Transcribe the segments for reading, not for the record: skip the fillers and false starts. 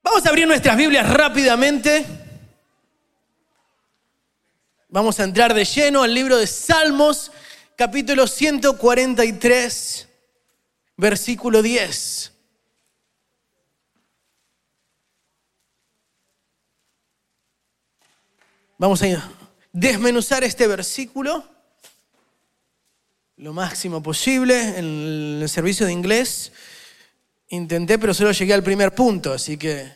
Vamos a abrir nuestras Biblias rápidamente. Vamos a entrar de lleno al libro de Salmos, capítulo 143, versículo 10. Vamos a desmenuzar este versículo lo máximo posible. En el servicio de inglés intenté, pero solo llegué al primer punto, así que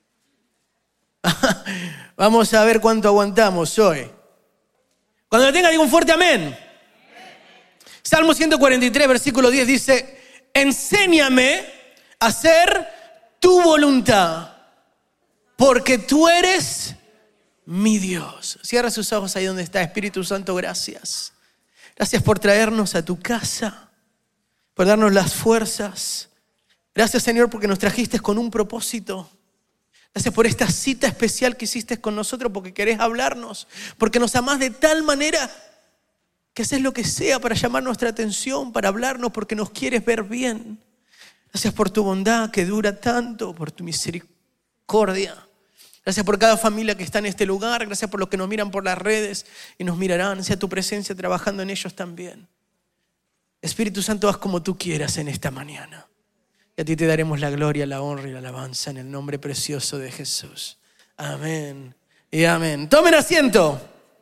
vamos a ver cuánto aguantamos hoy. Cuando lo tenga, diga un fuerte amén. Salmo 143, versículo 10 dice: enséñame a hacer tu voluntad, porque tú eres mi Dios. Cierra sus ojos ahí donde está. Espíritu Santo, gracias. Gracias por traernos a tu casa, por darnos las fuerzas. Gracias, Señor, porque nos trajiste con un propósito. Gracias por esta cita especial que hiciste con nosotros, porque querés hablarnos, porque nos amás de tal manera que haces lo que sea para llamar nuestra atención, para hablarnos, porque nos quieres ver bien. Gracias por tu bondad que dura tanto, por tu misericordia. Gracias por cada familia que está en este lugar. Gracias por los que nos miran por las redes y nos mirarán. Sea tu presencia trabajando en ellos también. Espíritu Santo, haz como tú quieras en esta mañana. Y a ti te daremos la gloria, la honra y la alabanza en el nombre precioso de Jesús. Amén y amén. Tomen asiento.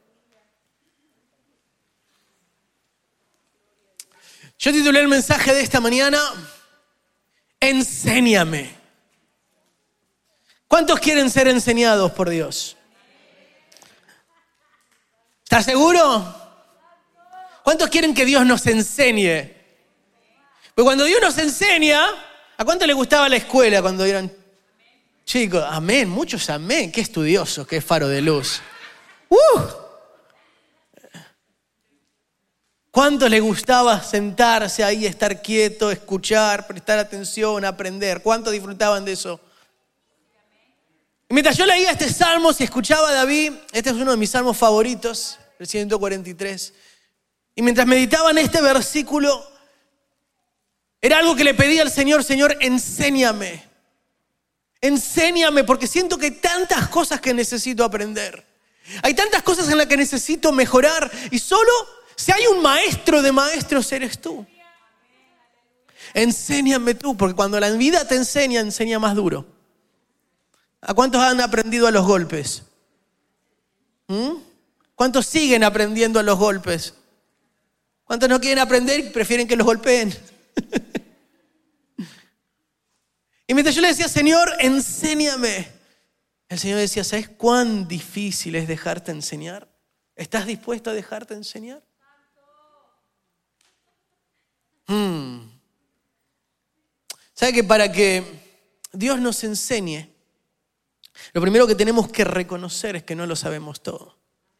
Yo titulé el mensaje de esta mañana: enséñame. ¿Cuántos quieren ser enseñados por Dios? ¿Estás seguro? ¿Cuántos quieren que Dios nos enseñe? Porque cuando Dios nos enseña, ¿a cuánto le gustaba la escuela cuando eran chicos? Amén, muchos amén. Qué estudiosos, qué faro de luz. ¿Cuánto le gustaba sentarse ahí, estar quieto, escuchar, prestar atención, aprender? ¿Cuánto disfrutaban de eso? Y mientras yo leía este salmo, si escuchaba a David, este es uno de mis salmos favoritos, el 143. Y mientras meditaba en este versículo, era algo que le pedía al Señor: Señor, enséñame. Enséñame, porque siento que hay tantas cosas que necesito aprender. Hay tantas cosas en las que necesito mejorar. Y solo si hay un maestro de maestros, eres tú. Enséñame tú, porque cuando la vida te enseña, enseña más duro. ¿A cuántos han aprendido a los golpes? ¿Cuántos siguen aprendiendo a los golpes? ¿Cuántos no quieren aprender y prefieren que los golpeen? Y mientras yo le decía: Señor, enséñame, el Señor decía: ¿sabes cuán difícil es dejarte enseñar? ¿Estás dispuesto a dejarte enseñar? ¿Sabe que para que Dios nos enseñe, lo primero que tenemos que reconocer es que no lo sabemos todo?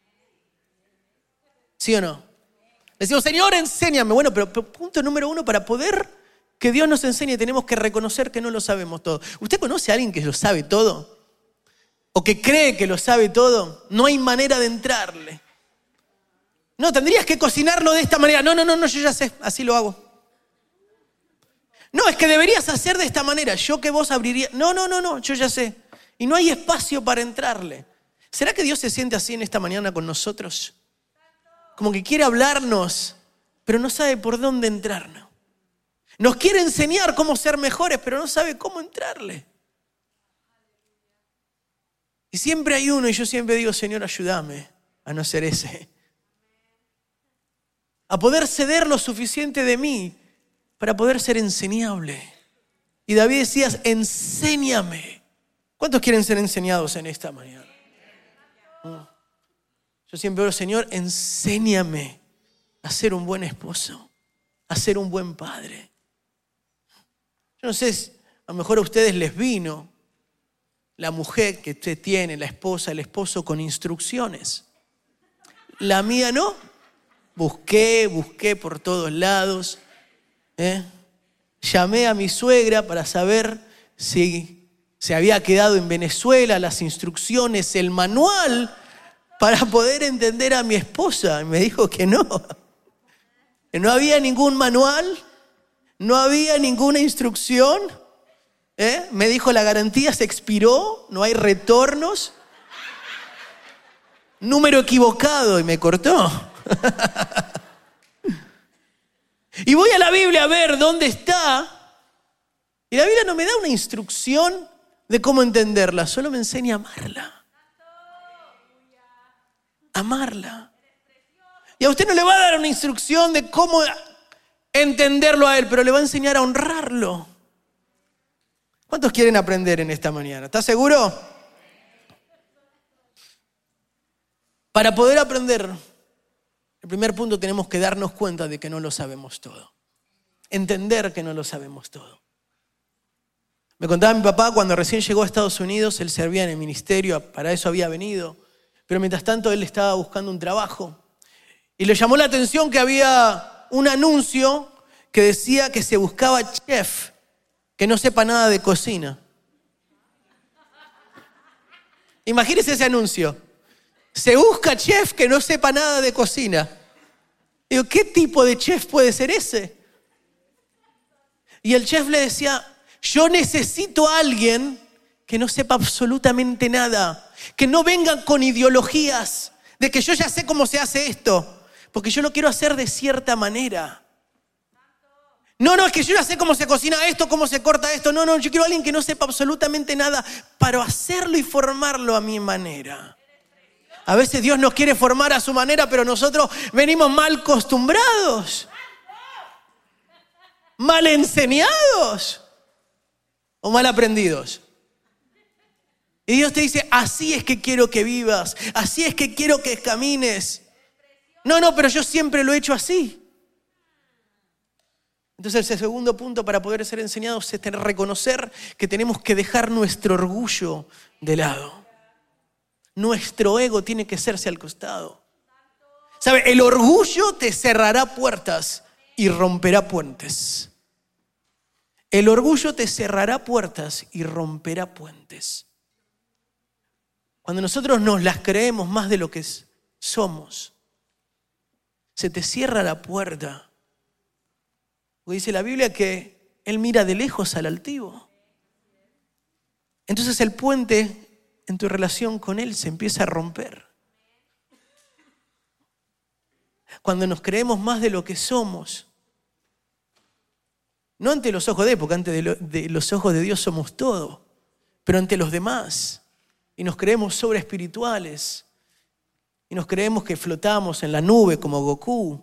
¿Sí o no? Decimos: Señor, enséñame. Bueno, pero punto número uno, para poder que Dios nos enseñe, tenemos que reconocer que no lo sabemos todo. ¿Usted conoce a alguien que lo sabe todo? ¿O que cree que lo sabe todo? No hay manera de entrarle. No, tendrías que cocinarlo de esta manera. No, yo ya sé, así lo hago. No, es que deberías hacer de esta manera. Yo que vos abriría. No, yo ya sé. Y no hay espacio para entrarle. ¿Será que Dios se siente así en esta mañana con nosotros? Como que quiere hablarnos, pero no sabe por dónde entrarnos. Nos quiere enseñar cómo ser mejores, pero no sabe cómo entrarle. Y siempre hay uno, y yo siempre digo: Señor, ayúdame a no ser ese. A poder ceder lo suficiente de mí para poder ser enseñable. Y David decía: enséñame. ¿Cuántos quieren ser enseñados en esta mañana? Yo siempre oro: Señor, enséñame a ser un buen esposo, a ser un buen padre. Yo no sé, a lo mejor a ustedes les vino la mujer que usted tiene, la esposa, el esposo, con instrucciones. La mía no. Busqué por todos lados. Llamé a mi suegra para saber si se había quedado en Venezuela, las instrucciones, el manual, para poder entender a mi esposa. Y me dijo que no había ningún manual, no había ninguna instrucción. Me dijo, la garantía se expiró, no hay retornos. Número equivocado, y me cortó. Y voy a la Biblia a ver dónde está. Y la Biblia no me da una instrucción de cómo entenderla, solo me enseña a amarla. Amarla. Y a usted no le va a dar una instrucción de cómo entenderlo a él, pero le va a enseñar a honrarlo. ¿Cuántos quieren aprender en esta mañana? ¿Estás seguro? Para poder aprender, el primer punto tenemos que darnos cuenta de que no lo sabemos todo. Entender que no lo sabemos todo. Me contaba mi papá cuando recién llegó a Estados Unidos, él servía en el ministerio, para eso había venido, pero mientras tanto él estaba buscando un trabajo. Y le llamó la atención que había un anuncio que decía que se buscaba chef que no sepa nada de cocina. Imagínese ese anuncio. Se busca chef que no sepa nada de cocina. Digo, ¿qué tipo de chef puede ser ese? Y el chef le decía, yo necesito a alguien que no sepa absolutamente nada, que no venga con ideologías de que yo ya sé cómo se hace esto, porque yo lo quiero hacer de cierta manera. No, es que yo ya sé cómo se cocina esto, cómo se corta esto. No, yo quiero a alguien que no sepa absolutamente nada para hacerlo y formarlo a mi manera. A veces Dios nos quiere formar a su manera, pero nosotros venimos mal acostumbrados, mal enseñados o mal aprendidos. Y Dios te dice, así es que quiero que vivas, así es que quiero que camines. No, pero yo siempre lo he hecho así. Entonces el segundo punto para poder ser enseñados es reconocer que tenemos que dejar nuestro orgullo de lado. Nuestro ego tiene que hacerse al costado. ¿Sabe? El orgullo te cerrará puertas y romperá puentes. El orgullo te cerrará puertas y romperá puentes. Cuando nosotros nos las creemos más de lo que somos, se te cierra la puerta. Porque dice la Biblia que Él mira de lejos al altivo. Entonces el puente en tu relación con Él se empieza a romper. Cuando nos creemos más de lo que somos, no ante los ojos de Él, porque ante de los ojos de Dios somos todo, pero ante los demás, y nos creemos sobre espirituales, y nos creemos que flotamos en la nube como Goku.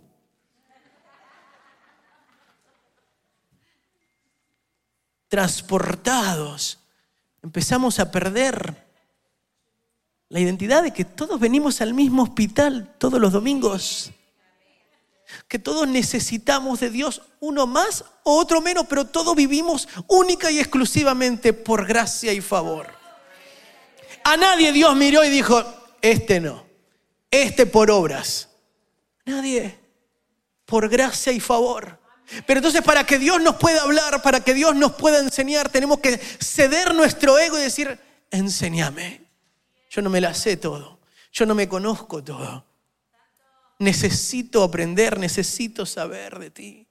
Transportados, empezamos a perder la identidad de que todos venimos al mismo hospital todos los domingos, que todos necesitamos de Dios, uno más o otro menos, pero todos vivimos única y exclusivamente por gracia y favor. A nadie Dios miró y dijo, este no, este por obras. Nadie, por gracia y favor. Pero entonces para que Dios nos pueda hablar, para que Dios nos pueda enseñar, tenemos que ceder nuestro ego y decir, enséñame. Yo no me la sé todo, yo no me conozco todo. Necesito aprender, necesito saber de ti.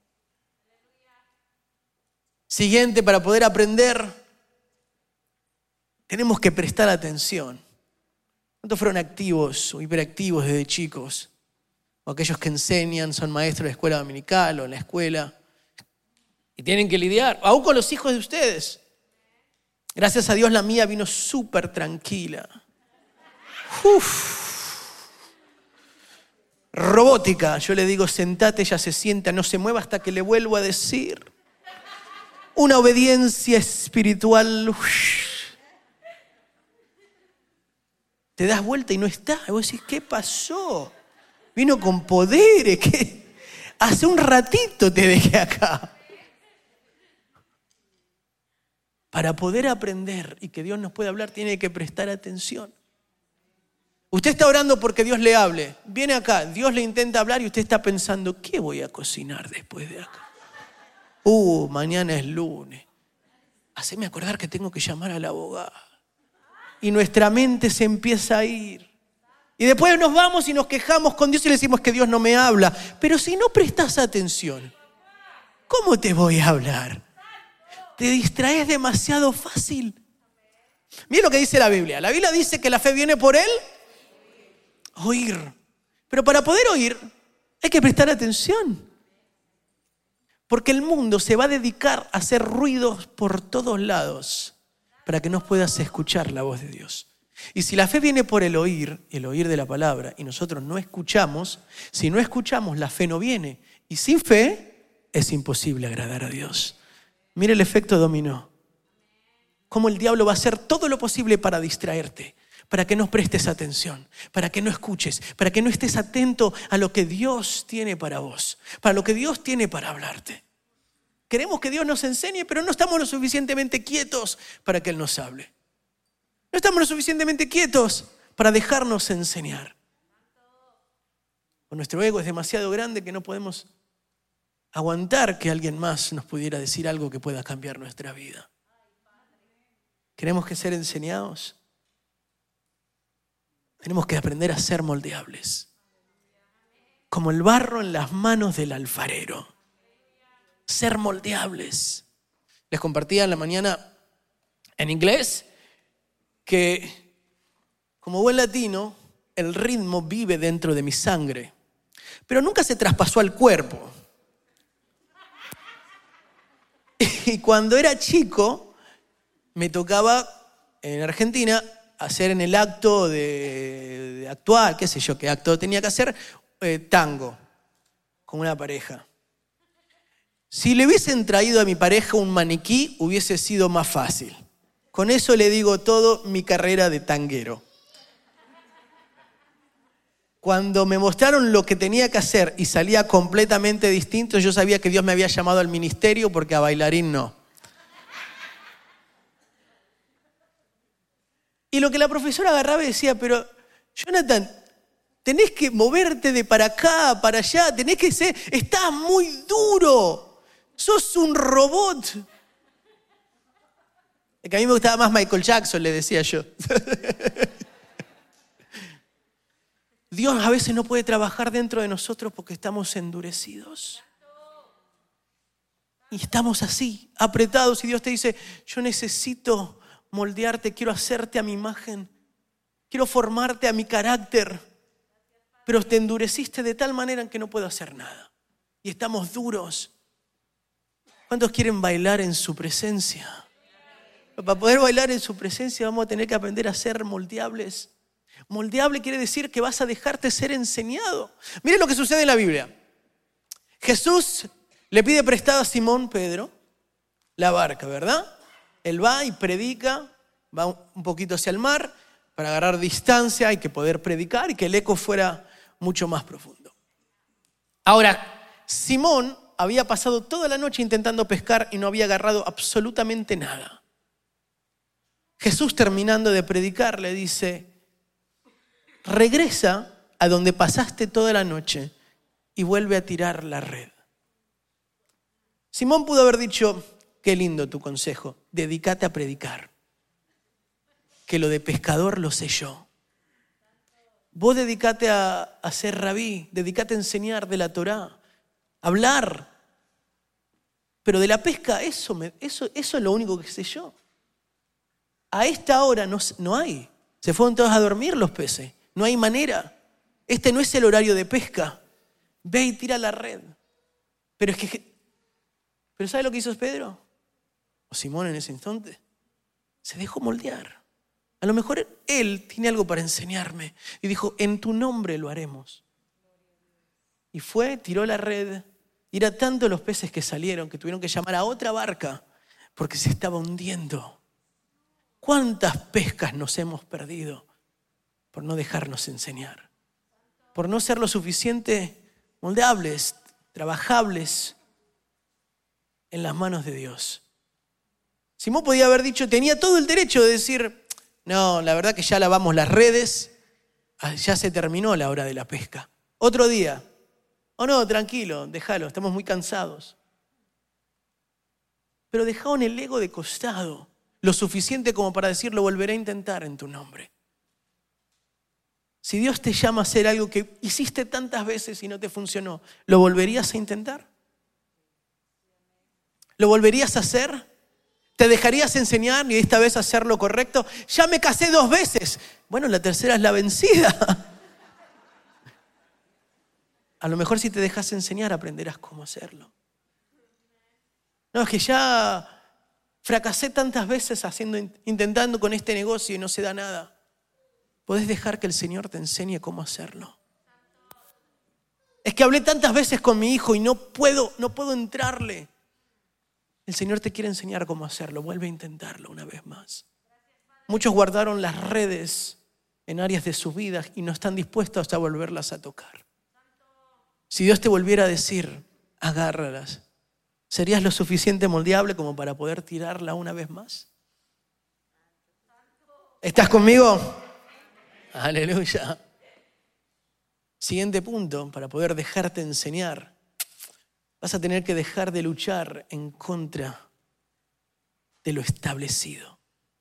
Siguiente, para poder aprender, tenemos que prestar atención. ¿Cuántos fueron activos o hiperactivos desde chicos? O aquellos que enseñan, son maestros de escuela dominical o en la escuela y tienen que lidiar, aún con los hijos de ustedes. Gracias a Dios la mía vino súper tranquila. Robótica, yo le digo sentate, ella se sienta, no se mueva hasta que le vuelvo a decir. Una obediencia espiritual. Te das vuelta y no está. Y vos decís, ¿qué pasó? Vino con poderes, que hace un ratito te dejé acá. Para poder aprender y que Dios nos pueda hablar, tiene que prestar atención. Usted está orando porque Dios le hable. Viene acá, Dios le intenta hablar y usted está pensando, ¿qué voy a cocinar después de acá? Mañana es lunes. Haceme acordar que tengo que llamar al abogado. Y nuestra mente se empieza a ir. Y después nos vamos y nos quejamos con Dios y le decimos que Dios no me habla. Pero si no prestas atención, ¿cómo te voy a hablar? Te distraes demasiado fácil. Mira lo que dice la Biblia. La Biblia dice que la fe viene por el oír. Pero para poder oír hay que prestar atención. Porque el mundo se va a dedicar a hacer ruidos por todos lados para que no puedas escuchar la voz de Dios. Y si la fe viene por el oír de la palabra, y nosotros no escuchamos, si no escuchamos, la fe no viene. Y sin fe es imposible agradar a Dios. Mire el efecto dominó. Cómo el diablo va a hacer todo lo posible para distraerte, para que no prestes atención, para que no escuches, para que no estés atento a lo que Dios tiene para vos, para lo que Dios tiene para hablarte. Queremos que Dios nos enseñe, pero no estamos lo suficientemente quietos para que Él nos hable. No estamos lo suficientemente quietos para dejarnos enseñar. O nuestro ego es demasiado grande que no podemos aguantar que alguien más nos pudiera decir algo que pueda cambiar nuestra vida. Queremos que ser enseñados. Tenemos que aprender a ser moldeables. Como el barro en las manos del alfarero. Ser moldeables. Les compartía en la mañana en inglés que como buen latino el ritmo vive dentro de mi sangre, pero nunca se traspasó al cuerpo. Y cuando era chico me tocaba en Argentina hacer en el acto de actuar, qué sé yo, qué acto tenía que hacer, tango con una pareja. Si le hubiesen traído a mi pareja un maniquí, hubiese sido más fácil. Con eso le digo todo mi carrera de tanguero. Cuando me mostraron lo que tenía que hacer y salía completamente distinto, yo sabía que Dios me había llamado al ministerio porque a bailarín no. Y lo que la profesora agarraba y decía, pero Jonathan, tenés que moverte de para acá, para allá, tenés que ser, estás muy duro, sos un robot. Es que a mí me gustaba más Michael Jackson, le decía yo. Dios a veces no puede trabajar dentro de nosotros porque estamos endurecidos. Y estamos así, apretados, y Dios te dice, yo necesito moldearte, quiero hacerte a mi imagen, quiero formarte a mi carácter, pero te endureciste de tal manera en que no puedo hacer nada. Y estamos duros. ¿Cuántos quieren bailar en su presencia? Para poder bailar en su presencia vamos a tener que aprender a ser moldeables. Moldeable quiere decir que vas a dejarte ser enseñado. Miren lo que sucede en la Biblia. Jesús le pide prestado a Simón Pedro la barca, ¿verdad? Él va y predica, va un poquito hacia el mar para agarrar distancia y que poder predicar y que el eco fuera mucho más profundo. Ahora, Simón había pasado toda la noche intentando pescar y no había agarrado absolutamente nada. Jesús, terminando de predicar, le dice, regresa a donde pasaste toda la noche y vuelve a tirar la red. Simón pudo haber dicho, qué lindo tu consejo, dedícate a predicar, que lo de pescador lo sé yo. Vos dedícate a ser rabí, dedícate a enseñar de la Torá, hablar. Pero de la pesca, eso es lo único que sé yo. A esta hora no hay. Se fueron todos a dormir los peces. No hay manera. Este no es el horario de pesca. Ve y tira la red. Pero ¿sabe lo que hizo Pedro? O Simón en ese instante. Se dejó moldear. A lo mejor él tiene algo para enseñarme. Y dijo, en tu nombre lo haremos. Y fue, tiró la red. Y era tanto los peces que salieron que tuvieron que llamar a otra barca porque se estaba hundiendo. ¿Cuántas pescas nos hemos perdido por no dejarnos enseñar? Por no ser lo suficiente moldeables, trabajables en las manos de Dios. Simón podía haber dicho, tenía todo el derecho de decir, no, la verdad que ya lavamos las redes, ya se terminó la hora de la pesca. Otro día. O no, tranquilo, déjalo, estamos muy cansados. Pero dejaron el ego de costado. Lo suficiente como para decir, lo volveré a intentar en tu nombre. Si Dios te llama a hacer algo que hiciste tantas veces y no te funcionó, ¿lo volverías a intentar? ¿Lo volverías a hacer? ¿Te dejarías enseñar y esta vez hacer lo correcto? Ya me casé 2 veces. Bueno, la tercera es la vencida. A lo mejor si te dejas enseñar aprenderás cómo hacerlo. No, es que ya fracasé tantas veces intentando con este negocio y no se da nada. Podés dejar que el Señor te enseñe cómo hacerlo. Es que hablé tantas veces con mi hijo y no puedo entrarle. El Señor te quiere enseñar cómo hacerlo. Vuelve a intentarlo una vez más. Muchos guardaron las redes en áreas de sus vidas y no están dispuestos a volverlas a tocar. Si Dios te volviera a decir, agárralas, ¿serías lo suficiente moldeable como para poder tirarla una vez más? ¿Estás conmigo? Aleluya. Siguiente punto, para poder dejarte enseñar. Vas a tener que dejar de luchar en contra de lo establecido.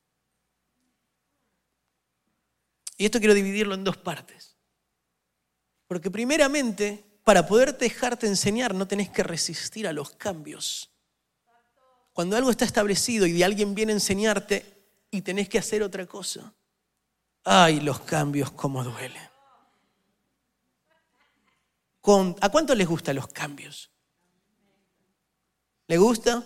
Y esto quiero dividirlo en 2 partes. Porque primeramente, para poder dejarte enseñar, no tenés que resistir a los cambios. Cuando algo está establecido y de alguien viene a enseñarte y tenés que hacer otra cosa. ¡Ay, los cambios cómo duelen! ¿A cuántos les gustan los cambios? ¿Le gusta?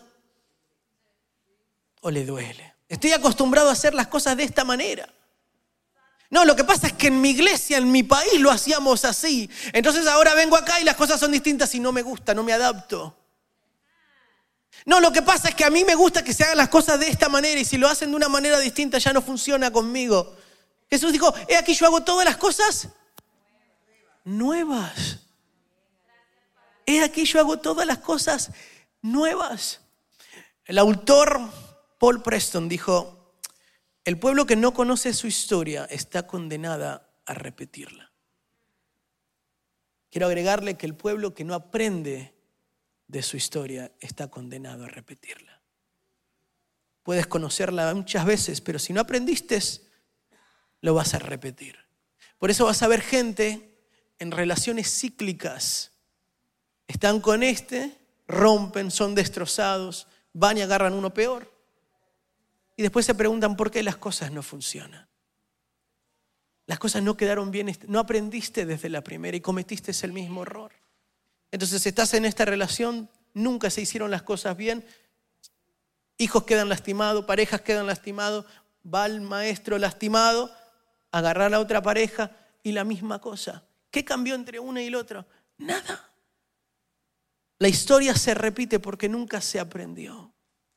¿O le duele? Estoy acostumbrado a hacer las cosas de esta manera. No, lo que pasa es que en mi iglesia, en mi país lo hacíamos así. Entonces ahora vengo acá y las cosas son distintas y no me gusta, no me adapto. No, lo que pasa es que a mí me gusta que se hagan las cosas de esta manera y si lo hacen de una manera distinta ya no funciona conmigo. Jesús dijo, he aquí yo hago todas las cosas nuevas. He aquí yo hago todas las cosas nuevas. El autor Paul Preston dijo, el pueblo que no conoce su historia está condenada a repetirla. Quiero agregarle que el pueblo que no aprende de su historia está condenado a repetirla. Puedes conocerla muchas veces, pero si no aprendiste, lo vas a repetir. Por eso vas a ver gente en relaciones cíclicas. Están con rompen, son destrozados, van y agarran uno peor. Y después se preguntan por qué las cosas no funcionan. Las cosas no quedaron bien, no aprendiste desde la primera y cometiste el mismo error. Entonces estás en esta relación, nunca se hicieron las cosas bien, hijos quedan lastimados, parejas quedan lastimados, va el maestro lastimado, agarrar a la otra pareja y la misma cosa. ¿Qué cambió entre una y la otra? Nada. La historia se repite porque nunca se aprendió.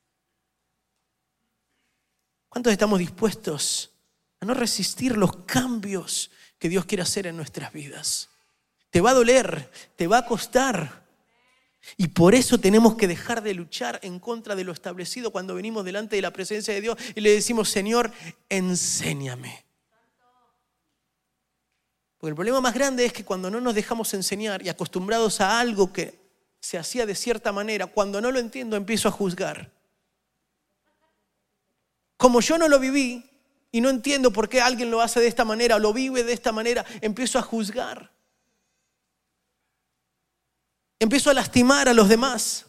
¿Cuántos estamos dispuestos a no resistir los cambios que Dios quiere hacer en nuestras vidas? Te va a doler, te va a costar. Y por eso tenemos que dejar de luchar en contra de lo establecido cuando venimos delante de la presencia de Dios y le decimos, Señor, enséñame. Porque el problema más grande es que cuando no nos dejamos enseñar y acostumbrados a algo que se hacía de cierta manera, cuando no lo entiendo empiezo a juzgar. Como yo no lo viví y no entiendo por qué alguien lo hace de esta manera o lo vive de esta manera, empiezo a juzgar. Empiezo a lastimar a los demás.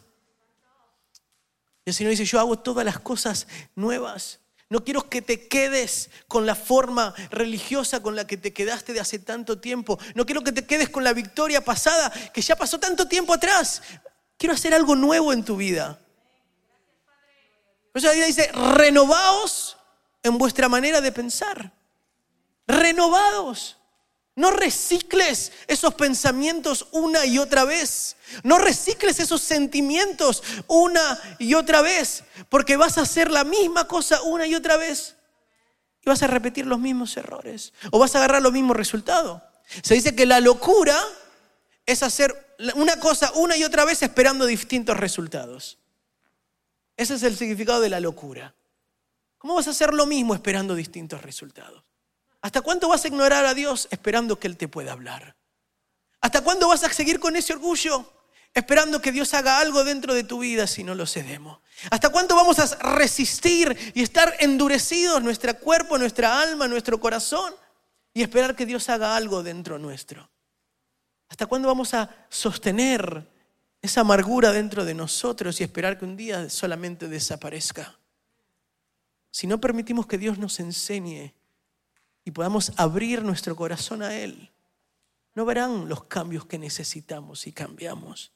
Y el Señor dice, yo hago todas las cosas nuevas. No quiero que te quedes con la forma religiosa con la que te quedaste de hace tanto tiempo. No quiero que te quedes con la victoria pasada que ya pasó tanto tiempo atrás. Quiero hacer algo nuevo en tu vida. Por eso la Biblia dice, renovaos en vuestra manera de pensar. Renovados. No recicles esos pensamientos una y otra vez. No recicles esos sentimientos una y otra vez. Porque vas a hacer la misma cosa una y otra vez. Y vas a repetir los mismos errores. O vas a agarrar los mismos resultados. Se dice que la locura es hacer una cosa una y otra vez esperando distintos resultados. Ese es el significado de la locura. ¿Cómo vas a hacer lo mismo esperando distintos resultados? ¿Hasta cuánto vas a ignorar a Dios esperando que Él te pueda hablar? ¿Hasta cuándo vas a seguir con ese orgullo esperando que Dios haga algo dentro de tu vida si no lo cedemos? ¿Hasta cuánto vamos a resistir y estar endurecidos nuestro cuerpo, nuestra alma, nuestro corazón y esperar que Dios haga algo dentro nuestro? ¿Hasta cuándo vamos a sostener esa amargura dentro de nosotros y esperar que un día solamente desaparezca? si no permitimos que Dios nos enseñe y podamos abrir nuestro corazón a Él, no verán los cambios que necesitamos si cambiamos.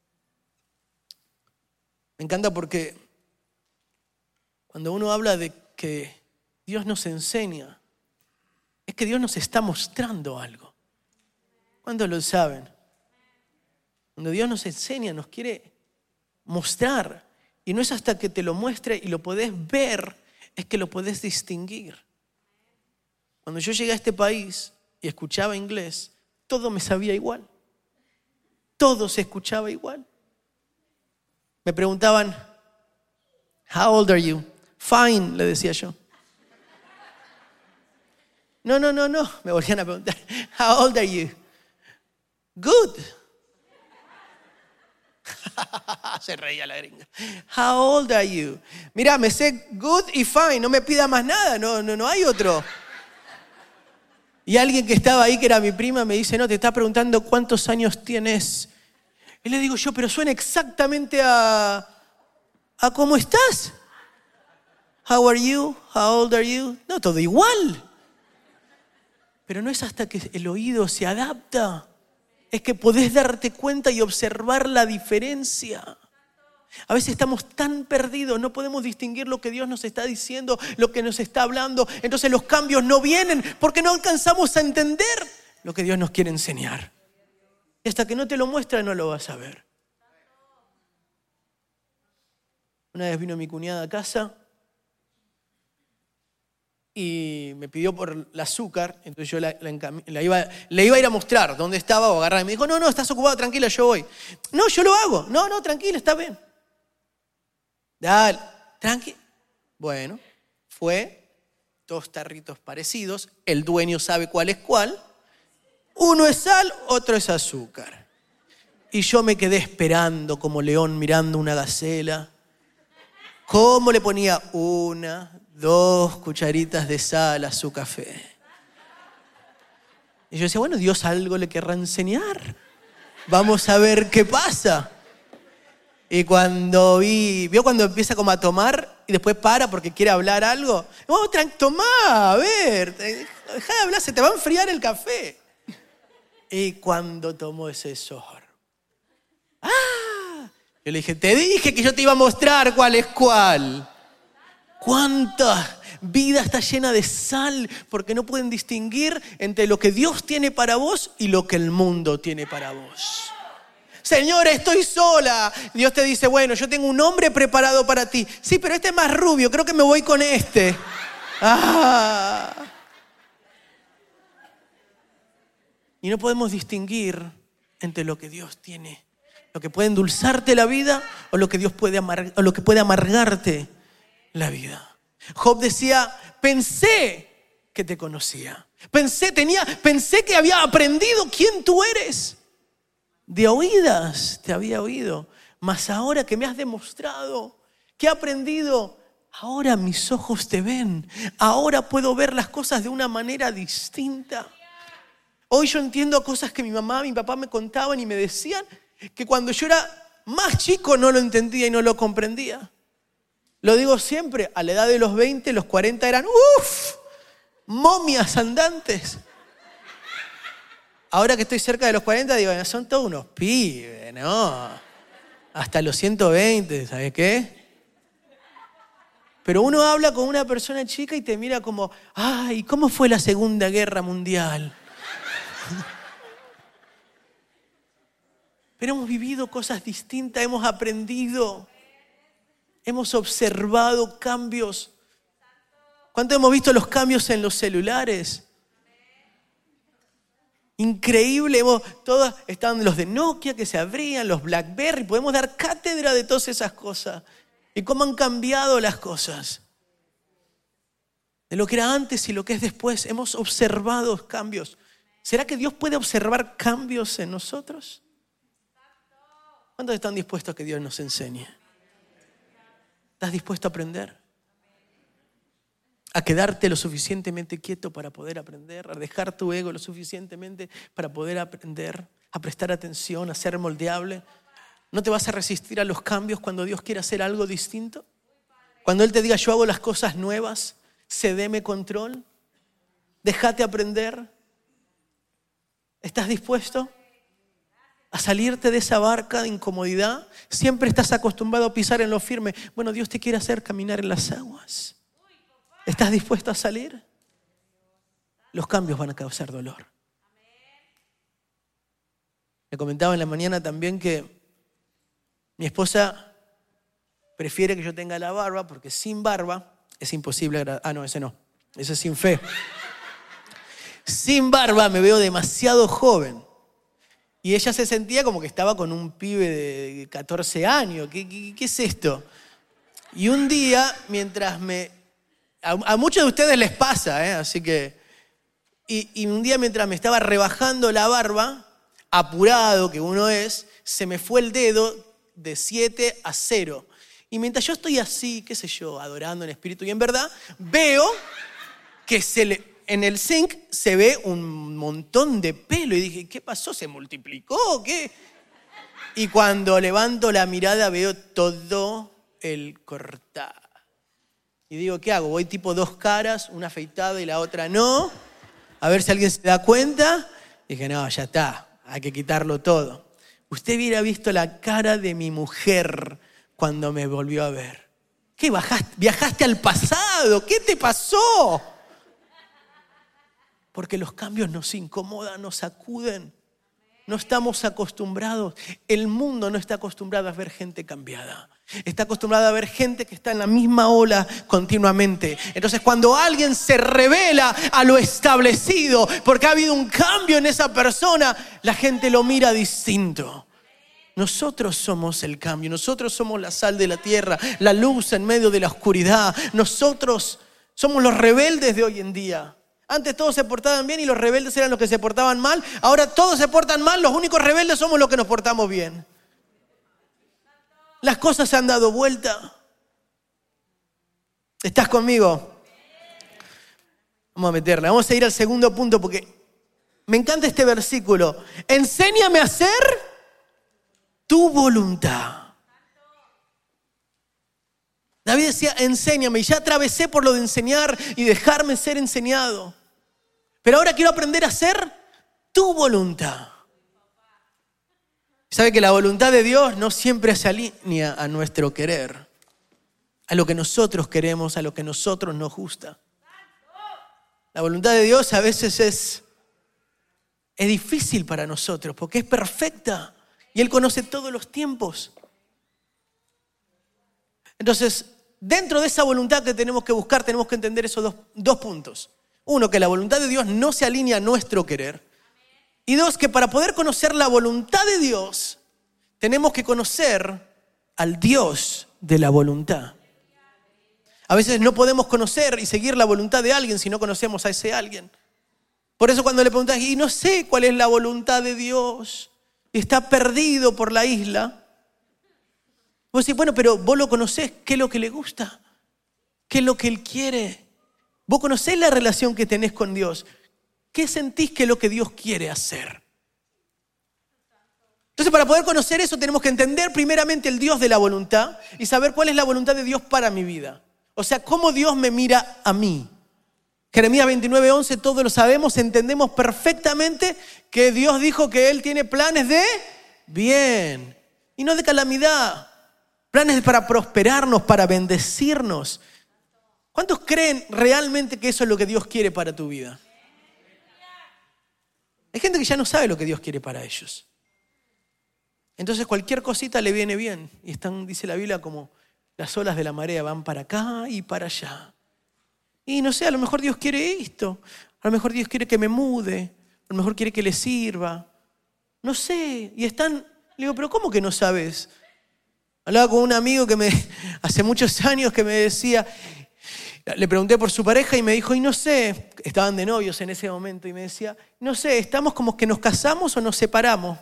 Me encanta porque cuando uno habla de que Dios nos enseña, es que Dios nos está mostrando algo. ¿Cuántos lo saben? Cuando Dios nos enseña, nos quiere mostrar. Y no es hasta que te lo muestre y lo podés ver, es que lo podés distinguir. Cuando yo llegué a este país y escuchaba inglés, todo me sabía igual. Todo se escuchaba igual. Me preguntaban, how old are you? Fine, le decía yo. No, me volvían a preguntar, how old are you? Good. Se reía la gringa. How old are you? Mira, me sé good y fine, no me pida más nada, no hay otro. Y alguien que estaba ahí, que era mi prima, me dice, no, te está preguntando cuántos años tienes. Y le digo yo, pero suena exactamente a cómo estás. How are you? How old are you? No, todo igual. Pero no es hasta que el oído se adapta, es que podés darte cuenta y observar la diferencia. A veces estamos tan perdidos, no podemos distinguir lo que Dios nos está diciendo, lo que nos está hablando. Entonces los cambios no vienen porque no alcanzamos a entender lo que Dios nos quiere enseñar. Y hasta que no te lo muestra no lo vas a ver. Una vez vino mi cuñada a casa y me pidió por el azúcar, entonces yo le iba a ir a mostrar dónde estaba o agarrar. Y me dijo, no, estás ocupado, tranquila, yo voy. No, yo lo hago. No, tranquila, está bien. Dale, tranqui. Bueno, fue 2 tarritos parecidos, el dueño sabe cuál es cuál. Uno es sal, otro es azúcar. Y yo me quedé esperando como león mirando una gacela. ¿Cómo le ponía 1, 2 cucharitas de sal a su café? Y yo decía, bueno, Dios algo le querrá enseñar. Vamos a ver qué pasa. Y cuando vio cuando empieza como a tomar y después para porque quiere hablar algo. Oh, tomá, a ver, deja de hablar, se te va a enfriar el café. Y cuando tomó ese sorbo, yo le dije, te dije que yo te iba a mostrar cuál es cuál. ¿Cuánta vida está llena de sal? Porque no pueden distinguir entre lo que Dios tiene para vos y lo que el mundo tiene para vos. Señor, estoy sola. Dios te dice, bueno, yo tengo un hombre preparado para ti. Sí, pero este es más rubio, creo que me voy con este. Y no podemos distinguir entre lo que Dios tiene, lo que puede endulzarte la vida o lo que Dios puede amargarte la vida. Job decía, pensé que te conocía. Pensé que había aprendido quién tú eres. De oídas te había oído, mas ahora que me has demostrado que he aprendido, ahora mis ojos te ven. Ahora puedo ver las cosas de una manera distinta. Hoy yo entiendo cosas que mi mamá, mi papá me contaban y me decían que cuando yo era más chico no lo entendía y no lo comprendía. Lo digo siempre, a la edad de los 20, los 40 eran momias andantes. Ahora que estoy cerca de los 40 digo, son todos unos pibes, ¿no? Hasta los 120, ¿sabes qué? Pero uno habla con una persona chica y te mira como, ay, ¿cómo fue la Segunda Guerra Mundial? Pero hemos vivido cosas distintas, hemos aprendido, hemos observado cambios. ¿Cuánto hemos visto los cambios en los celulares? Increíble, todos estaban los de Nokia que se abrían, los BlackBerry, podemos dar cátedra de todas esas cosas y cómo han cambiado las cosas. De lo que era antes y lo que es después, hemos observado cambios. ¿Será que Dios puede observar cambios en nosotros? ¿Cuántos están dispuestos a que Dios nos enseñe? ¿Estás dispuesto a aprender? A quedarte lo suficientemente quieto para poder aprender, a dejar tu ego lo suficientemente para poder aprender, a prestar atención, a ser moldeable. ¿No te vas a resistir a los cambios cuando Dios quiere hacer algo distinto? Cuando Él te diga, yo hago las cosas nuevas, cédeme control, déjate aprender. ¿Estás dispuesto a salirte de esa barca de incomodidad? Siempre estás acostumbrado a pisar en lo firme. Bueno, Dios te quiere hacer caminar en las aguas. ¿Estás dispuesto a salir? Los cambios van a causar dolor. Le comentaba en la mañana también que mi esposa prefiere que yo tenga la barba porque sin barba es imposible agradar. Ah, no, ese no. Ese es sin fe. Sin barba me veo demasiado joven. Y ella se sentía como que estaba con un pibe de 14 años. ¿Qué es esto? Y un día, mientras a muchos de ustedes les pasa, así que... Y un día mientras me estaba rebajando la barba, apurado que uno es, se me fue el dedo de 7 a 0. Y mientras yo estoy así, qué sé yo, adorando en espíritu y en verdad, veo que en el zinc se ve un montón de pelo. Y dije, ¿qué pasó? ¿Se multiplicó? ¿Qué? Y cuando levanto la mirada veo todo el cortado. Y digo, ¿qué hago? Voy tipo 2 caras, una afeitada y la otra no. A ver si alguien se da cuenta. Dije, no, ya está, hay que quitarlo todo. Usted hubiera visto la cara de mi mujer cuando me volvió a ver. ¿Qué viajaste al pasado? ¿Qué te pasó? Porque los cambios nos incomodan, nos sacuden. No estamos acostumbrados. El mundo no está acostumbrado a ver gente cambiada. Está acostumbrado a ver gente que está en la misma ola continuamente. Entonces, cuando alguien se revela a lo establecido, porque ha habido un cambio en esa persona, la gente lo mira distinto. Nosotros somos el cambio. Nosotros somos la sal de la tierra, la luz en medio de la oscuridad. Nosotros somos los rebeldes de hoy en día. Antes todos se portaban bien y los rebeldes eran los que se portaban mal. Ahora todos se portan mal, los únicos rebeldes somos los que nos portamos bien. Las cosas se han dado vuelta. ¿Estás conmigo? Vamos a meterla. Vamos a ir al segundo punto porque me encanta este versículo. Enséñame a hacer tu voluntad. David decía, enséñame. Y ya atravesé por lo de enseñar y dejarme ser enseñado. Pero ahora quiero aprender a hacer tu voluntad. ¿Sabe que la voluntad de Dios no siempre se alinea a nuestro querer? A lo que nosotros queremos, a lo que a nosotros nos gusta. La voluntad de Dios a veces es difícil para nosotros porque es perfecta y Él conoce todos los tiempos. Entonces, dentro de esa voluntad que tenemos que buscar, tenemos que entender esos dos puntos. Uno, que la voluntad de Dios no se alinea a nuestro querer. Y dos, que para poder conocer la voluntad de Dios, tenemos que conocer al Dios de la voluntad. A veces no podemos conocer y seguir la voluntad de alguien si no conocemos a ese alguien. Por eso cuando le preguntas, y no sé cuál es la voluntad de Dios, y está perdido por la isla, vos decís, bueno, pero vos lo conocés, ¿qué es lo que le gusta? ¿Qué es lo que Él quiere? Vos conocés la relación que tenés con Dios. ¿Qué sentís que es lo que Dios quiere hacer? Entonces, para poder conocer eso, tenemos que entender primeramente el Dios de la voluntad y saber cuál es la voluntad de Dios para mi vida. O sea, cómo Dios me mira a mí. Jeremías 29:11, todos lo sabemos, entendemos perfectamente que Dios dijo que Él tiene planes de bien y no de calamidad. Planes para prosperarnos, para bendecirnos. ¿Cuántos creen realmente que eso es lo que Dios quiere para tu vida? Hay gente que ya no sabe lo que Dios quiere para ellos. Entonces cualquier cosita le viene bien. Y están, dice la Biblia, como las olas de la marea van para acá y para allá. Y no sé, a lo mejor Dios quiere esto. A lo mejor Dios quiere que me mude. A lo mejor quiere que le sirva. No sé. Y están, le digo, pero ¿cómo que no sabes? Hablaba con un amigo hace muchos años que me decía, le pregunté por su pareja y me dijo, y no sé, estaban de novios en ese momento, y me decía, no sé, ¿estamos como que nos casamos o nos separamos?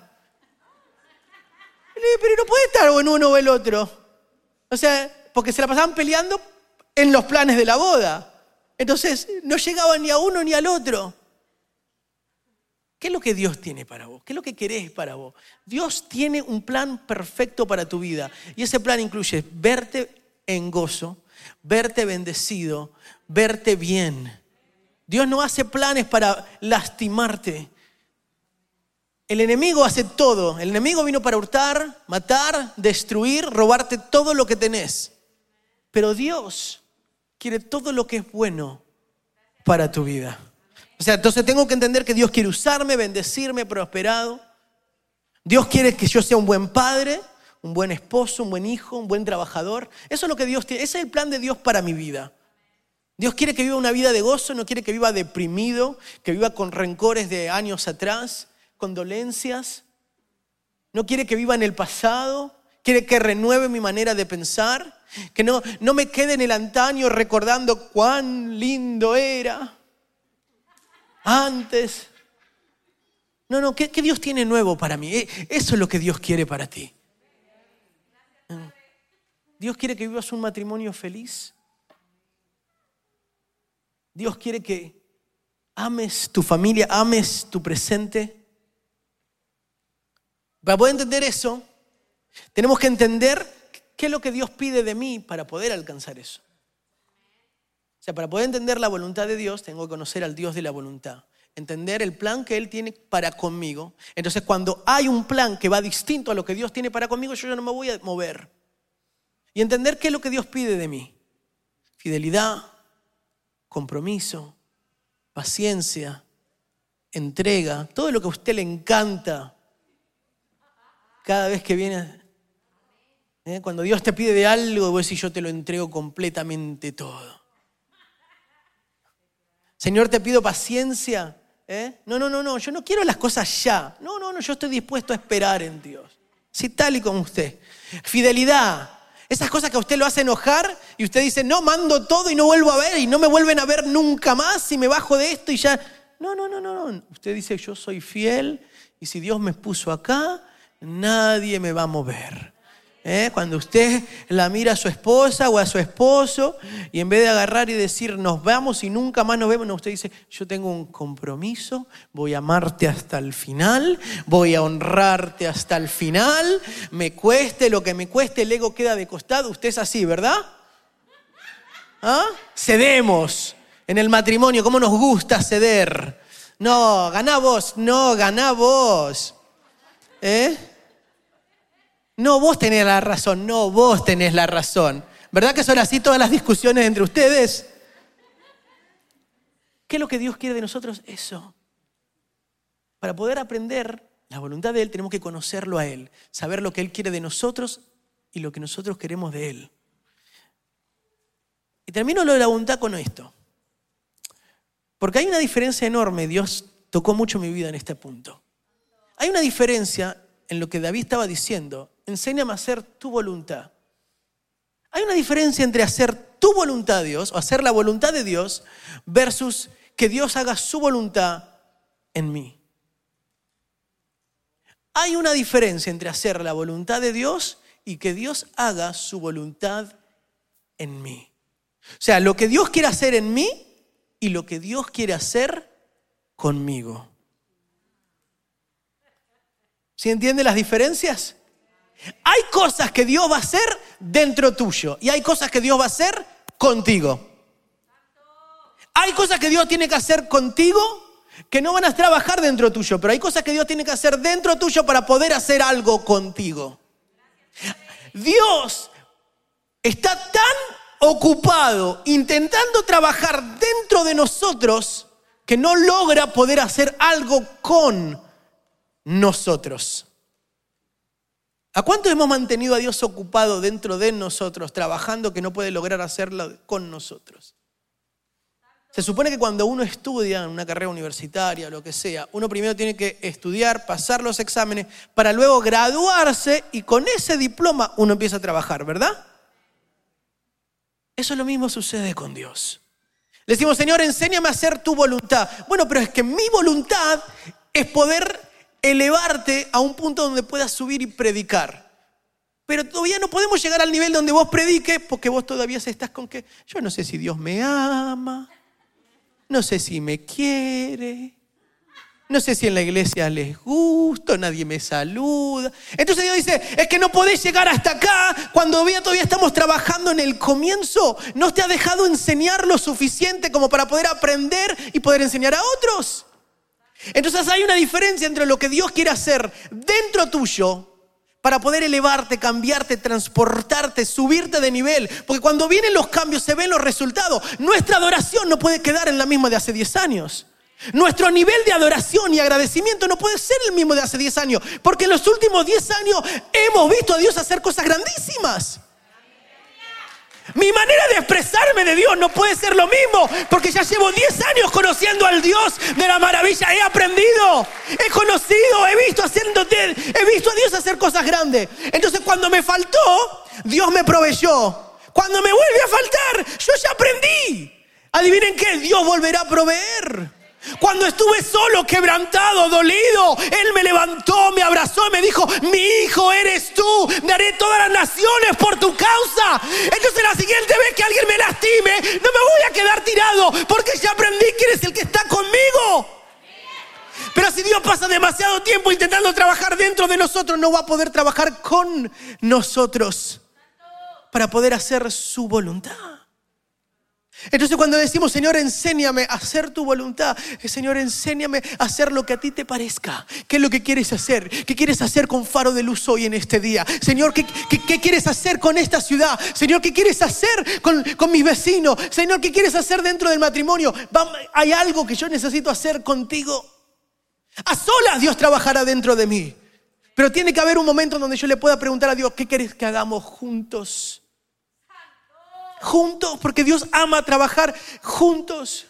Y le dije, pero no puede estar o en uno o el otro. O sea, porque se la pasaban peleando en los planes de la boda. Entonces, no llegaban ni a uno ni al otro. ¿Qué es lo que Dios tiene para vos? ¿Qué es lo que querés para vos? Dios tiene un plan perfecto para tu vida. Y ese plan incluye verte en gozo, verte bendecido, verte bien. Dios no hace planes para lastimarte. El enemigo hace todo. El enemigo vino para hurtar, matar, destruir, robarte todo lo que tenés. Pero Dios quiere todo lo que es bueno para tu vida. O sea, entonces tengo que entender que Dios quiere usarme, bendecirme, prosperado. Dios quiere que yo sea un buen padre, un buen esposo, un buen hijo, un buen trabajador. Eso es lo que Dios tiene. Ese es el plan de Dios para mi vida. Dios quiere que viva una vida de gozo, no quiere que viva deprimido, que viva con rencores de años atrás, con dolencias. No quiere que viva en el pasado, quiere que renueve mi manera de pensar, que no me quede en el antaño recordando cuán lindo era antes. No, ¿qué Dios tiene nuevo para mí? Eso es lo que Dios quiere para ti. Dios quiere que vivas un matrimonio feliz. Dios quiere que ames tu familia, ames tu presente. Para poder entender eso, tenemos que entender qué es lo que Dios pide de mí para poder alcanzar eso. O sea, para poder entender la voluntad de Dios, tengo que conocer al Dios de la voluntad. Entender el plan que Él tiene para conmigo. Entonces, cuando hay un plan que va distinto a lo que Dios tiene para conmigo, yo ya no me voy a mover. Y entender qué es lo que Dios pide de mí. Fidelidad, compromiso, paciencia, entrega, todo lo que a usted le encanta. Cada vez que viene, cuando Dios te pide de algo, vos decís, yo te lo entrego completamente todo. Señor, te pido paciencia. No, yo no quiero las cosas ya. No, yo estoy dispuesto a esperar en Dios. Sí, tal y como usted. Fidelidad. Esas cosas que a usted lo hace enojar y usted dice, no, mando todo y no vuelvo a ver y no me vuelven a ver nunca más y me bajo de esto y ya. No. Usted dice, yo soy fiel y si Dios me puso acá, nadie me va a mover. Cuando usted la mira a su esposa o a su esposo y en vez de agarrar y decir nos vamos y nunca más nos vemos, no, usted dice yo tengo un compromiso, voy a amarte hasta el final, voy a honrarte hasta el final, me cueste lo que me cueste, el ego queda de costado. Usted es así, ¿verdad? Cedemos en el matrimonio, ¿cómo nos gusta ceder? No, ganá vos. No, vos tenés la razón. No, vos tenés la razón. ¿Verdad que son así todas las discusiones entre ustedes? ¿Qué es lo que Dios quiere de nosotros? Eso. Para poder aprender la voluntad de Él, tenemos que conocerlo a Él. Saber lo que Él quiere de nosotros y lo que nosotros queremos de Él. Y termino lo de la voluntad con esto. Porque hay una diferencia enorme. Dios tocó mucho mi vida en este punto. Hay una diferencia en lo que David estaba diciendo. Enséñame a hacer tu voluntad. Hay una diferencia entre hacer tu voluntad, Dios, o hacer la voluntad de Dios, versus que Dios haga su voluntad en mí. Hay una diferencia entre hacer la voluntad de Dios y que Dios haga su voluntad en mí. O sea, lo que Dios quiere hacer en mí y lo que Dios quiere hacer conmigo. ¿Sí entiende las diferencias? Hay cosas que Dios va a hacer dentro tuyo y hay cosas que Dios va a hacer contigo. Hay cosas que Dios tiene que hacer contigo que no van a trabajar dentro tuyo, pero hay cosas que Dios tiene que hacer dentro tuyo para poder hacer algo contigo. Dios está tan ocupado intentando trabajar dentro de nosotros que no logra poder hacer algo con nosotros. ¿A cuántos hemos mantenido a Dios ocupado dentro de nosotros, trabajando que no puede lograr hacerlo con nosotros? Se supone que cuando uno estudia en una carrera universitaria o lo que sea, uno primero tiene que estudiar, pasar los exámenes, para luego graduarse y con ese diploma uno empieza a trabajar, ¿verdad? Eso es lo mismo sucede con Dios. Le decimos, Señor, enséñame a hacer tu voluntad. Bueno, pero es que mi voluntad es poder elevarte a un punto donde puedas subir y predicar. Pero todavía no podemos llegar al nivel donde vos prediques porque vos todavía estás con que yo no sé si Dios me ama, no sé si me quiere. No sé si en la iglesia les gusta, nadie me saluda. Entonces Dios dice, es que no podés llegar hasta acá cuando todavía estamos trabajando en el comienzo. No te ha dejado enseñar lo suficiente como para poder aprender y poder enseñar a otros. Entonces hay una diferencia entre lo que Dios quiere hacer dentro tuyo para poder elevarte, cambiarte, transportarte, subirte de nivel. Porque cuando vienen los cambios se ven los resultados. Nuestra adoración no puede quedar en la misma de hace 10 años. Nuestro nivel de adoración y agradecimiento no puede ser el mismo de hace 10 años. Porque en los últimos 10 años hemos visto a Dios hacer cosas grandísimas. Mi manera de expresarme de Dios no puede ser lo mismo, porque ya llevo 10 años conociendo al Dios de la maravilla. He aprendido, he conocido, he visto a Dios hacer cosas grandes. Entonces cuando me faltó, Dios me proveyó. Cuando me vuelve a faltar, yo ya aprendí. Adivinen qué, Dios volverá a proveer. Cuando estuve solo, quebrantado, dolido, Él me levantó, me abrazó y me dijo, mi hijo eres tú, daré todas las naciones por tu causa. Entonces la siguiente vez que alguien me lastime, no me voy a quedar tirado, porque ya aprendí quién es el que está conmigo. Pero si Dios pasa demasiado tiempo intentando trabajar dentro de nosotros, no va a poder trabajar con nosotros para poder hacer su voluntad. Entonces cuando decimos, Señor, enséñame a hacer tu voluntad, Señor, enséñame a hacer lo que a ti te parezca. ¿Qué es lo que quieres hacer? ¿Qué quieres hacer con Faro de Luz hoy en este día? Señor, ¿qué quieres hacer con esta ciudad? Señor, ¿qué quieres hacer con mis vecinos? Señor, ¿qué quieres hacer dentro del matrimonio? Hay algo que yo necesito hacer contigo. A solas Dios trabajará dentro de mí. Pero tiene que haber un momento en donde yo le pueda preguntar a Dios, ¿qué quieres que hagamos juntos? Juntos, porque Dios ama trabajar juntos.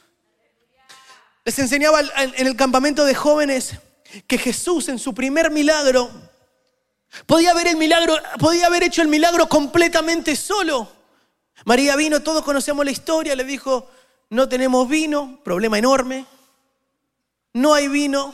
Les enseñaba en el campamento de jóvenes que Jesús en su primer milagro podía haber hecho el milagro completamente solo. María vino, todos conocemos la historia, le dijo, no tenemos vino, problema enorme, no hay vino,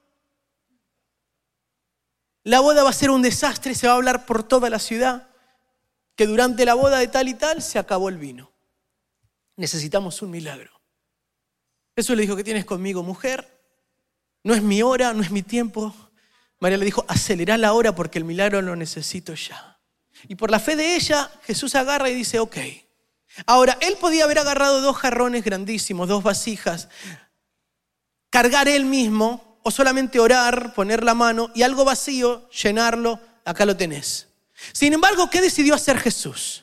la boda va a ser un desastre, se va a hablar por toda la ciudad que durante la boda de tal y tal se acabó el vino. Necesitamos un milagro. Jesús le dijo, ¿qué tienes conmigo, mujer? No es mi hora, no es mi tiempo. María le dijo, acelera la hora porque el milagro lo necesito ya. Y por la fe de ella, Jesús agarra y dice, ok. Ahora, él podía haber agarrado 2 jarrones grandísimos, 2 vasijas, cargar él mismo, o solamente orar, poner la mano y algo vacío, llenarlo, acá lo tenés. Sin embargo, ¿qué decidió hacer Jesús?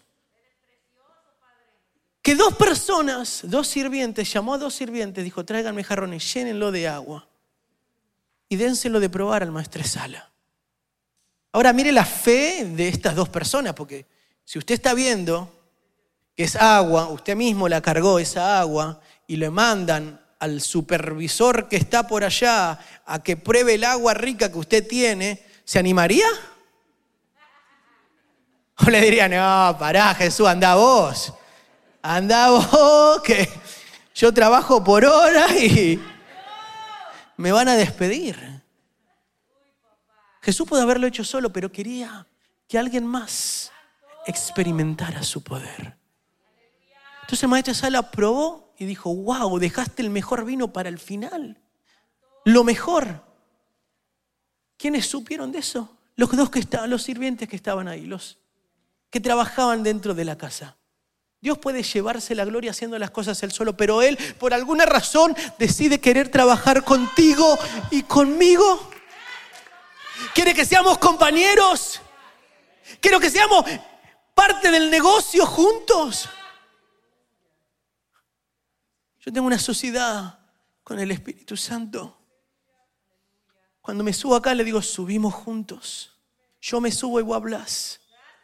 Que 2 personas, 2 sirvientes, llamó a 2 sirvientes, dijo, tráiganme jarrones, llénenlo de agua y dénselo de probar al maestresala. Ahora mire la fe de estas 2 personas, porque si usted está viendo que es agua, usted mismo la cargó esa agua y le mandan al supervisor que está por allá a que pruebe el agua rica que usted tiene, ¿se animaría? O le diría, no, pará Jesús, andá vos, que yo trabajo por hora y me van a despedir. Jesús pudo haberlo hecho solo, pero quería que alguien más experimentara su poder. Entonces el maestresala probó y dijo, wow, dejaste el mejor vino para el final. Lo mejor. ¿Quiénes supieron de eso? Los sirvientes que estaban ahí, los que trabajaban dentro de la casa. Dios puede llevarse la gloria haciendo las cosas él solo, pero Él, por alguna razón, decide querer trabajar contigo y conmigo. Quiere que seamos compañeros. Quiero que seamos parte del negocio juntos. Yo tengo una sociedad con el Espíritu Santo. Cuando me subo acá le digo, subimos juntos. Yo me subo y vos hablas.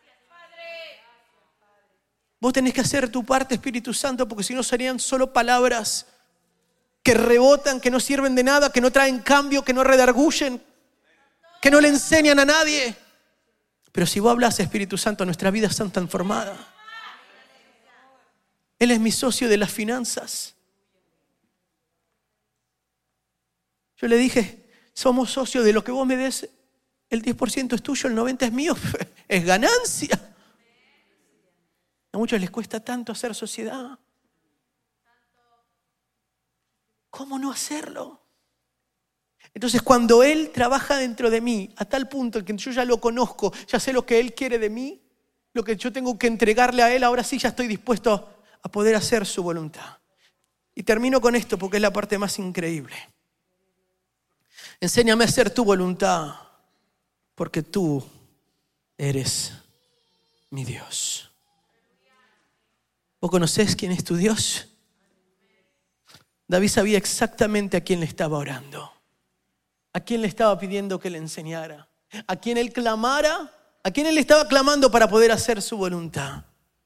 Vos tenés que hacer tu parte, Espíritu Santo, porque si no serían solo palabras que rebotan, que no sirven de nada, que no traen cambio, que no redarguyen, que no le enseñan a nadie. Pero si vos hablas, Espíritu Santo, nuestras vidas están transformadas. Él es mi socio de las finanzas. Yo le dije, somos socios de lo que vos me des, el 10% es tuyo, el 90% es mío, es ganancia. A muchos les cuesta tanto hacer sociedad. ¿Cómo no hacerlo? Entonces cuando Él trabaja dentro de mí, a tal punto en que yo ya lo conozco, ya sé lo que Él quiere de mí, lo que yo tengo que entregarle a Él, ahora sí ya estoy dispuesto a poder hacer su voluntad. Y termino con esto porque es la parte más increíble. Enséñame a hacer tu voluntad porque tú eres mi Dios. ¿Vos conocés quién es tu Dios? David sabía exactamente a quién le estaba orando, a quién le estaba pidiendo que le enseñara, a quién él clamara, a quién él estaba clamando para poder hacer su voluntad.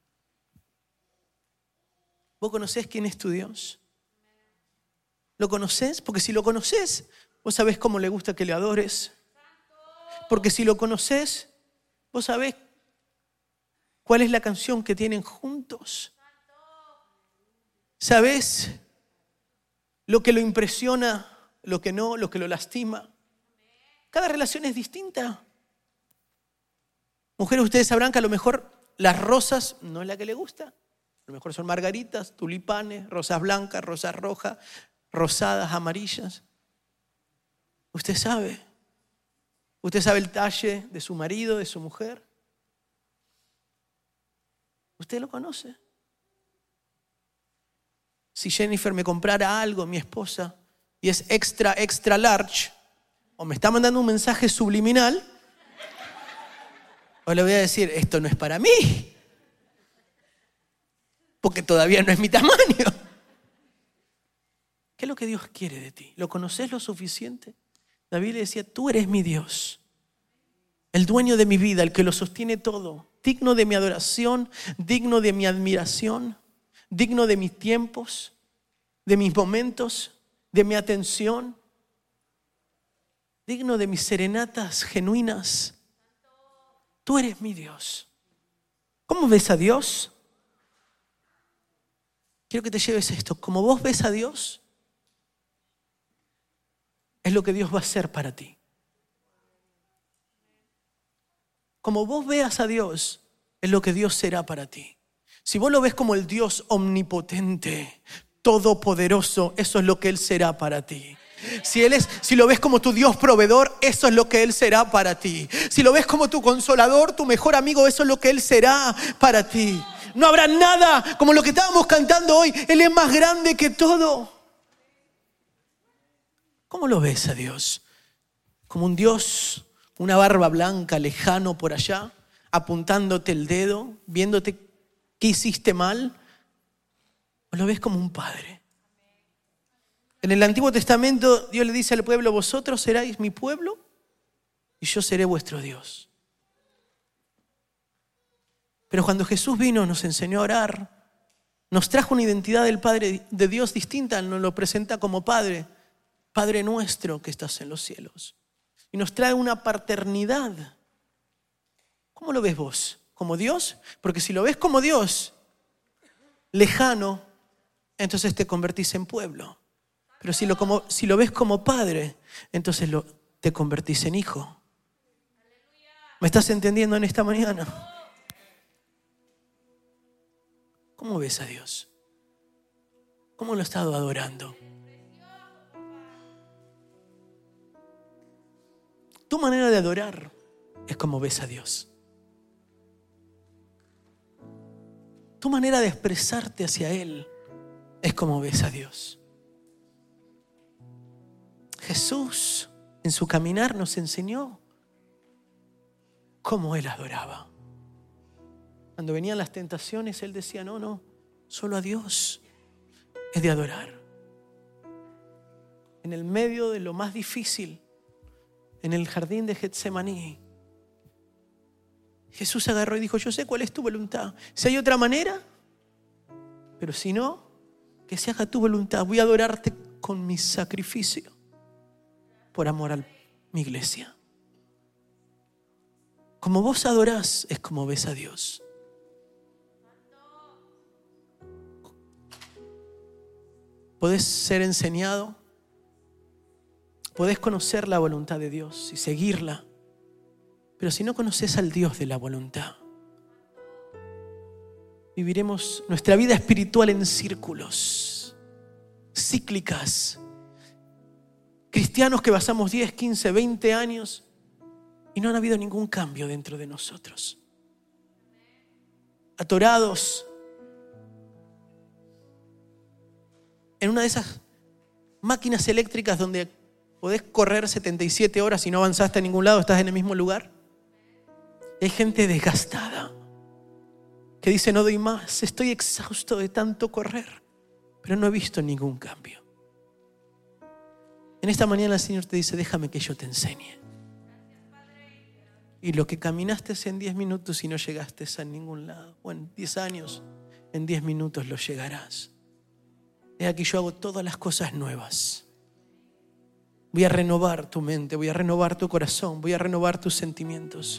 ¿Vos conocés quién es tu Dios? ¿Lo conocés? Porque si lo conocés, vos sabés cómo le gusta que le adores. Porque si lo conocés, vos sabés cuál es la canción que tienen juntos. ¿Sabés lo que lo impresiona, lo que no, lo que lo lastima? Cada relación es distinta. Mujeres, ustedes sabrán que a lo mejor las rosas no es la que le gusta. A lo mejor son margaritas, tulipanes, rosas blancas, rosas rojas, rosadas, amarillas. Usted sabe el talle de su marido, de su mujer. Usted lo conoce. Si Jennifer me comprara algo, mi esposa, y es extra large, o me está mandando un mensaje subliminal, o le voy a decir, esto no es para mí, porque todavía no es mi tamaño. ¿Qué es lo que Dios quiere de ti? ¿Lo conoces lo suficiente? David le decía, tú eres mi Dios, el dueño de mi vida, el que lo sostiene todo, digno de mi adoración, digno de mi admiración, digno de mis tiempos, de mis momentos, de mi atención, digno de mis serenatas genuinas. Tú eres mi Dios. ¿Cómo ves a Dios? Quiero que te lleves esto. Como vos ves a Dios, es lo que Dios va a hacer para ti. Como vos veas a Dios, es lo que Dios será para ti. Si vos lo ves como el Dios omnipotente, todopoderoso, eso es lo que Él será para ti. Si lo ves como tu Dios proveedor, eso es lo que Él será para ti. Si lo ves como tu consolador, tu mejor amigo, eso es lo que Él será para ti. No habrá nada como lo que estábamos cantando hoy. Él es más grande que todo. ¿Cómo lo ves a Dios? ¿Como un Dios, una barba blanca, lejano por allá, apuntándote el dedo, viéndote qué hiciste mal? ¿O lo ves como un padre? En el Antiguo Testamento Dios le dice al pueblo, vosotros seréis mi pueblo y yo seré vuestro Dios. Pero cuando Jesús vino, nos enseñó a orar, nos trajo una identidad del Padre de Dios distinta, nos lo presenta como Padre, Padre nuestro que estás en los cielos. Y nos trae una paternidad. ¿Cómo lo ves vos? ¿Como Dios? Porque si lo ves como Dios, lejano, entonces te convertís en pueblo. Pero si lo ves como Padre, entonces te convertís en hijo. ¿Me estás entendiendo en esta mañana? ¿Cómo ves a Dios? ¿Cómo lo has estado adorando? Tu manera de adorar es como ves a Dios. Tu manera de expresarte hacia Él es como ves a Dios. Jesús en su caminar nos enseñó cómo Él adoraba. Cuando venían las tentaciones, Él decía, no, solo a Dios es de adorar. En el medio de lo más difícil, en el jardín de Getsemaní, Jesús agarró y dijo, yo sé cuál es tu voluntad. Si hay otra manera, pero si no, que se haga tu voluntad. Voy a adorarte con mi sacrificio por amor a mi iglesia. Como vos adorás, es como ves a Dios. Podés ser enseñado, podés conocer la voluntad de Dios y seguirla, pero si no conoces al Dios de la voluntad, viviremos nuestra vida espiritual en círculos, cíclicas. Cristianos que pasamos 10, 15, 20 años y no ha habido ningún cambio dentro de nosotros. Atorados en una de esas máquinas eléctricas donde podés correr 77 horas y no avanzaste a ningún lado, estás en el mismo lugar. Hay gente desgastada que dice: no doy más, estoy exhausto de tanto correr, pero no he visto ningún cambio. En esta mañana el Señor te dice: déjame que yo te enseñe. Y lo que caminaste en 10 minutos y no llegaste a ningún lado, o en 10 años, en 10 minutos lo llegarás. He aquí yo hago todas las cosas nuevas. Voy a renovar tu mente, voy a renovar tu corazón, voy a renovar tus sentimientos.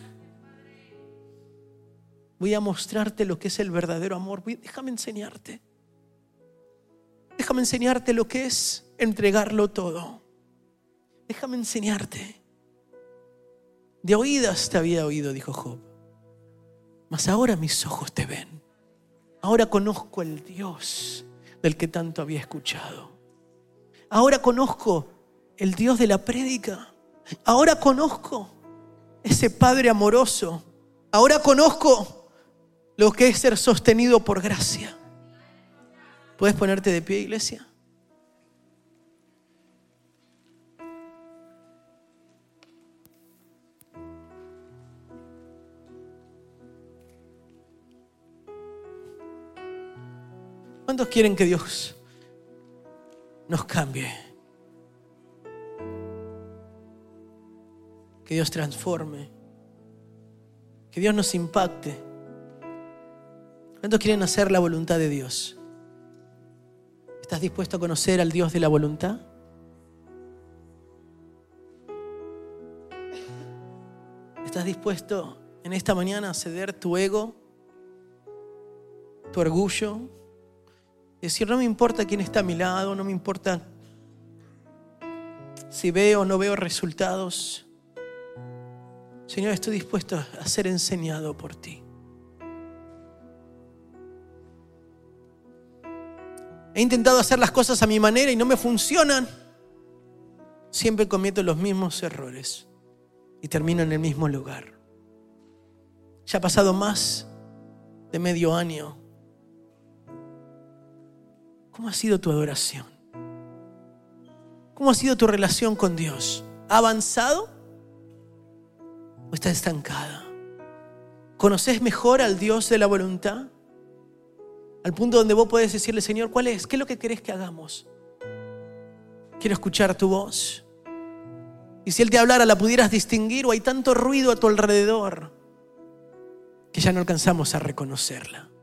Voy a mostrarte lo que es el verdadero amor. Déjame enseñarte. Déjame enseñarte lo que es entregarlo todo. Déjame enseñarte. De oídas te había oído, dijo Job, mas ahora mis ojos te ven. Ahora conozco el Dios del que tanto había escuchado. Ahora conozco el Dios de la prédica. Ahora conozco ese Padre amoroso. Ahora conozco lo que es ser sostenido por gracia. ¿Puedes ponerte de pie, iglesia? ¿Cuántos quieren que Dios nos cambie? Que Dios transforme. Que Dios nos impacte. ¿Cuántos quieren hacer la voluntad de Dios? ¿Estás dispuesto a conocer al Dios de la voluntad? ¿Estás dispuesto en esta mañana a ceder tu ego, tu orgullo? Decir: no me importa quién está a mi lado, no me importa si veo o no veo resultados. Señor, estoy dispuesto a ser enseñado por ti. He intentado hacer las cosas a mi manera y no me funcionan. Siempre cometo los mismos errores y termino en el mismo lugar. Ya ha pasado más de medio año. ¿Cómo ha sido tu adoración? ¿Cómo ha sido tu relación con Dios? ¿Ha avanzado o está estancada? ¿Conoces mejor al Dios de la voluntad? Al punto donde vos podés decirle: Señor, ¿cuál es? ¿Qué es lo que querés que hagamos? Quiero escuchar tu voz. Y si Él te hablara, ¿la pudieras distinguir? ¿O hay tanto ruido a tu alrededor que ya no alcanzamos a reconocerla?